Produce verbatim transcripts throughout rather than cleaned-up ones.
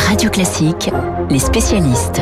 Radio Classique, les spécialistes.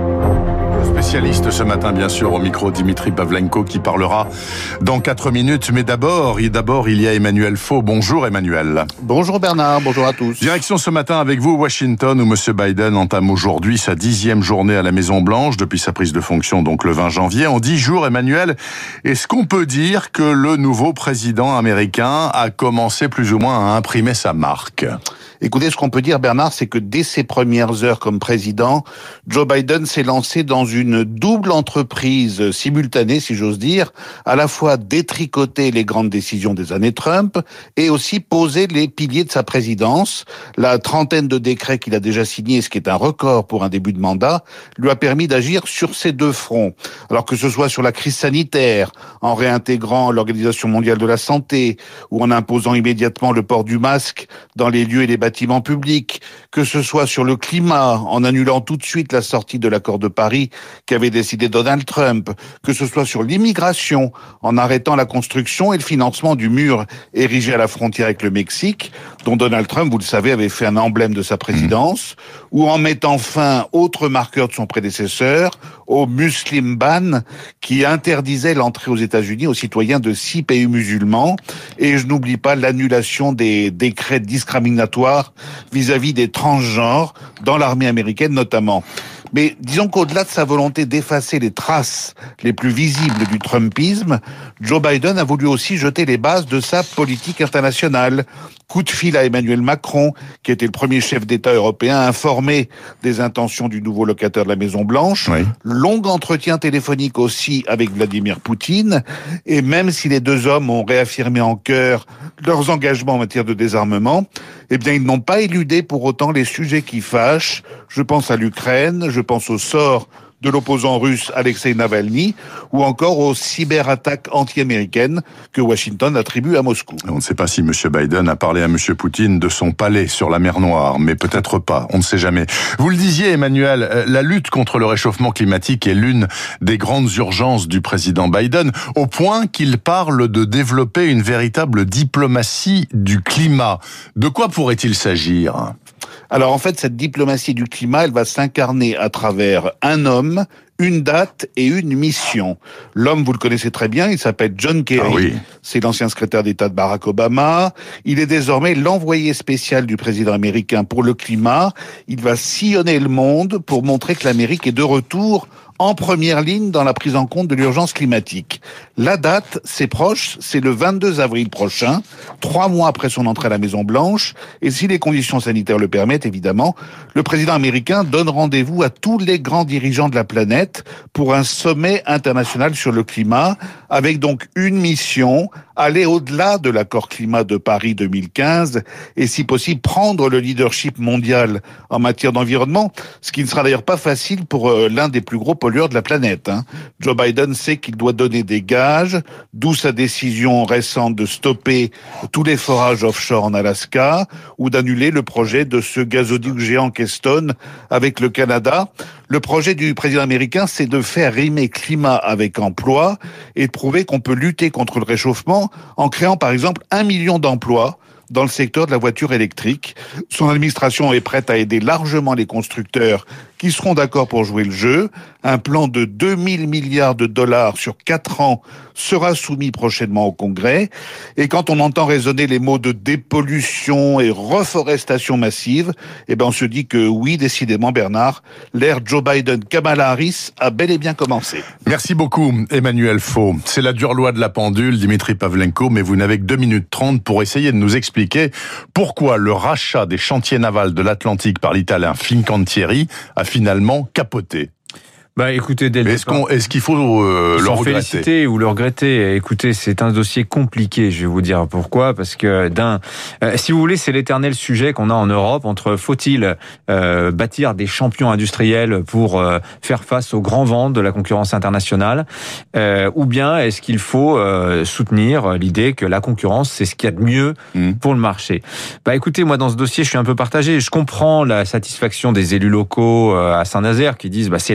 Spécialiste ce matin, bien sûr, au micro, Dimitri Pavlenko qui parlera dans quatre minutes. Mais d'abord, d'abord, il y a Emmanuel Faux. Bonjour Emmanuel. Bonjour Bernard, bonjour à tous. Direction ce matin avec vous, Washington, où M. Biden entame aujourd'hui sa dixième journée à la Maison-Blanche, depuis sa prise de fonction, donc le vingt janvier. En dix jours, Emmanuel, est-ce qu'on peut dire que le nouveau président américain a commencé plus ou moins à imprimer sa marque ? Écoutez, ce qu'on peut dire, Bernard, c'est que dès ses premières heures comme président, Joe Biden s'est lancé dans une double entreprise simultanée, si j'ose dire, à la fois détricoter les grandes décisions des années Trump et aussi poser les piliers de sa présidence. La trentaine de décrets qu'il a déjà signés, ce qui est un record pour un début de mandat, lui a permis d'agir sur ces deux fronts. Alors que ce soit sur la crise sanitaire, en réintégrant l'Organisation mondiale de la santé, ou en imposant immédiatement le port du masque dans les lieux et les bâtiments bâtiments publics, que ce soit sur le climat, en annulant tout de suite la sortie de l'accord de Paris qu'avait décidé Donald Trump, que ce soit sur l'immigration, en arrêtant la construction et le financement du mur érigé à la frontière avec le Mexique, dont Donald Trump, vous le savez, avait fait un emblème de sa présidence, mmh. ou en mettant fin, autre marqueur de son prédécesseur, au Muslim Ban, qui interdisait l'entrée aux États-Unis aux citoyens de six pays musulmans. Et je n'oublie pas l'annulation des décrets discriminatoires vis-à-vis des transgenres, dans l'armée américaine notamment. Mais disons qu'au-delà de sa volonté d'effacer les traces les plus visibles du Trumpisme, Joe Biden a voulu aussi jeter les bases de sa politique internationale. Coup de fil à Emmanuel Macron, qui était le premier chef d'État européen informé des intentions du nouveau locataire de la Maison-Blanche. Oui. Long entretien téléphonique aussi avec Vladimir Poutine. Et même si les deux hommes ont réaffirmé en chœur leurs engagements en matière de désarmement, eh bien, ils n'ont pas éludé pour autant les sujets qui fâchent. Je pense à l'Ukraine, je pense au sort de l'opposant russe Alexei Navalny, ou encore aux cyberattaques anti-américaines que Washington attribue à Moscou. On ne sait pas si M. Biden a parlé à M. Poutine de son palais sur la mer Noire, mais peut-être pas, on ne sait jamais. Vous le disiez, Emmanuel, la lutte contre le réchauffement climatique est l'une des grandes urgences du président Biden, au point qu'il parle de développer une véritable diplomatie du climat. De quoi pourrait-il s'agir ? Alors en fait, cette diplomatie du climat, elle va s'incarner à travers un homme, une date et une mission. L'homme, vous le connaissez très bien, il s'appelle John Kerry. Ah oui. C'est l'ancien secrétaire d'État de Barack Obama. Il est désormais l'envoyé spécial du président américain pour le climat. Il va sillonner le monde pour montrer que l'Amérique est de retour en première ligne dans la prise en compte de l'urgence climatique. La date, c'est proche, c'est le vingt-deux avril prochain, trois mois après son entrée à la Maison-Blanche, et si les conditions sanitaires le permettent, évidemment, le président américain donne rendez-vous à tous les grands dirigeants de la planète pour un sommet international sur le climat, avec donc une mission, aller au-delà de l'accord climat de Paris deux mille quinze, et si possible, prendre le leadership mondial en matière d'environnement, ce qui ne sera d'ailleurs pas facile pour euh, l'un des plus gros pollueurs de la planète. Hein. Joe Biden sait qu'il doit donner des gages, d'où sa décision récente de stopper tous les forages offshore en Alaska ou d'annuler le projet de ce gazoduc géant Keystone avec le Canada. Le projet du président américain, c'est de faire rimer climat avec emploi et de prouver qu'on peut lutter contre le réchauffement en créant par exemple un million d'emplois dans le secteur de la voiture électrique. Son administration est prête à aider largement les constructeurs qui seront d'accord pour jouer le jeu. Un plan de deux mille milliards de dollars sur quatre ans sera soumis prochainement au Congrès. Et quand on entend résonner les mots de dépollution et reforestation massive, eh ben on se dit que oui, décidément Bernard, l'ère Joe Biden-Kamala Harris a bel et bien commencé. Merci beaucoup Emmanuel Faux. C'est la dure loi de la pendule, Dimitri Pavlenko, mais vous n'avez que deux minutes trente pour essayer de nous expliquer pourquoi le rachat des chantiers navals de l'Atlantique par l'italien Fincantieri a finalement capoté. Bah, écoutez, dès le est-ce, qu'on, est-ce qu'il faut euh, le regretter ? Féliciter ou le regretter. Écoutez, c'est un dossier compliqué. Je vais vous dire pourquoi. Parce que d'un, euh, si vous voulez, c'est l'éternel sujet qu'on a en Europe entre faut-il euh, bâtir des champions industriels pour euh, faire face aux grands vents de la concurrence internationale, euh, ou bien est-ce qu'il faut euh, soutenir l'idée que la concurrence c'est ce qu'il y a de mieux mmh. pour le marché. Bah, écoutez, moi dans ce dossier, je suis un peu partagé. Je comprends la satisfaction des élus locaux euh, à Saint-Nazaire qui disent bah c'est là, c'est une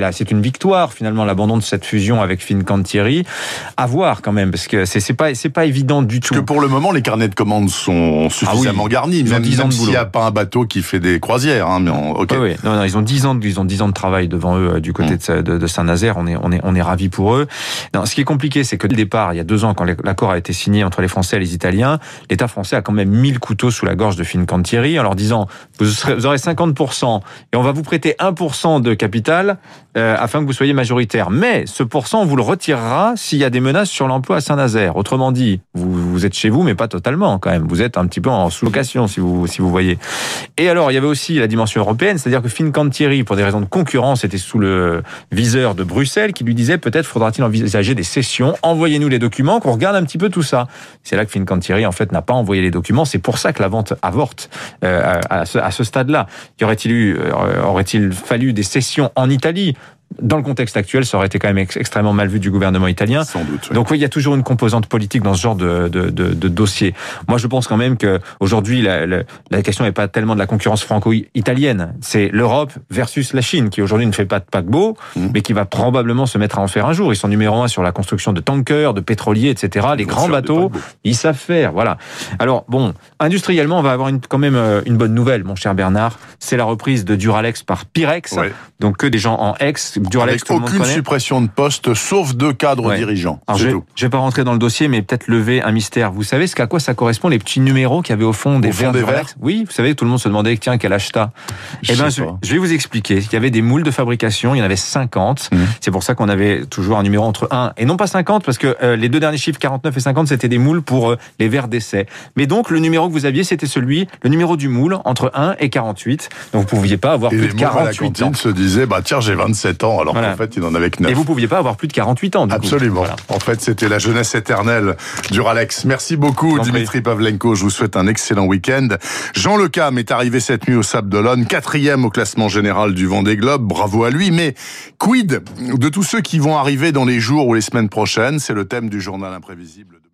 victoire finalement l'abandon de cette fusion avec Fincantieri. À voir quand même, parce que c'est, c'est pas c'est pas évident du tout. Parce que pour le moment, les carnets de commandes sont suffisamment ah oui, garnis, même, même s'il n'y a pas un bateau qui fait des croisières. Hein, mais on, okay. oui, oui. Non, non, ils ont dix ans, ils ont dix ans de travail devant eux du côté mmh. de, de Saint-Nazaire. On est, on est, on est ravis pour eux. Non, ce qui est compliqué, c'est que dès le départ, il y a deux ans, quand l'accord a été signé entre les Français et les Italiens, l'État français a quand même mis le couteau sous la gorge de Fincantieri en leur disant vous, serez, vous aurez cinquante pour cent et on va vous prêter un pour cent de capital euh, afin que vous soyez majoritaire. Mais ce pourcent, on vous le retirera s'il y a des menaces sur l'emploi à Saint-Nazaire. Autrement dit, vous, vous êtes chez vous, mais pas totalement quand même. Vous êtes un petit peu en sous-location, si vous, si vous voyez. Et alors, il y avait aussi la dimension européenne, c'est-à-dire que Fincantieri, pour des raisons de concurrence, était sous le viseur de Bruxelles, qui lui disait peut-être faudra-t-il envisager des cessions. Envoyez-nous les documents, qu'on regarde un petit peu tout ça. C'est là que Fincantieri, en fait, n'a pas envoyé les documents. C'est pour ça que la vente avorte euh, à, ce, à ce stade-là. Y aurait-il eu, euh, aurait-il fallu des cessions en Italie ? Dans le contexte actuel, ça aurait été quand même ex- extrêmement mal vu du gouvernement italien. Sans doute, oui. Donc oui, il y a toujours une composante politique dans ce genre de, de, de, de dossier. Moi, je pense quand même que aujourd'hui, la, la, la question n'est pas tellement de la concurrence franco-italienne. C'est l'Europe versus la Chine, qui aujourd'hui ne fait pas de paquebot, mmh. mais qui va probablement se mettre à en faire un jour. Ils sont numéro un sur la construction de tankers, de pétroliers, et cetera. Les Bien grands bateaux, ils savent faire. Voilà. Alors bon, industriellement, on va avoir une, quand même une bonne nouvelle, mon cher Bernard. C'est la reprise de Duralex par Pirex. Ouais. Donc que des gens en ex. Duralex, avec aucune suppression de poste, sauf deux cadres ouais. dirigeants. Alors c'est je, tout. Je vais pas rentrer dans le dossier, mais peut-être lever un mystère. Vous savez ce qu'à quoi ça correspond, les petits numéros qu'il y avait au fond des au verres fond des Duralex verres Oui, vous savez, tout le monde se demandait, tiens, quel acheta Eh ben, je, je vais vous expliquer. Il y avait des moules de fabrication, il y en avait cinquante. Mmh. C'est pour ça qu'on avait toujours un numéro entre un et non pas cinquante, parce que euh, les deux derniers chiffres, quarante-neuf et cinquante, c'était des moules pour euh, les verres d'essai. Mais donc, le numéro que vous aviez, c'était celui, le numéro du moule, entre un et quarante-huit. Donc, vous pouviez pas avoir et plus de quarante-huit ans. Et les se disaient, bah tiens, j'ai vingt-sept ans, alors voilà. qu'en fait, il en avait que neuf. Et vous pouviez pas avoir plus de quarante-huit ans, du Absolument. coup. Voilà. En fait, c'était la jeunesse éternelle Duralex. Merci beaucoup, Dimitri Pavlenko. Je vous souhaite un excellent week-end. Jean Le Cam est arrivé cette nuit au Sable d'Olonne, quatrième au classement général du Vendée Globe. Bravo à lui. Mais quid de tous ceux qui vont arriver dans les jours ou les semaines prochaines? C'est le thème du journal imprévisible.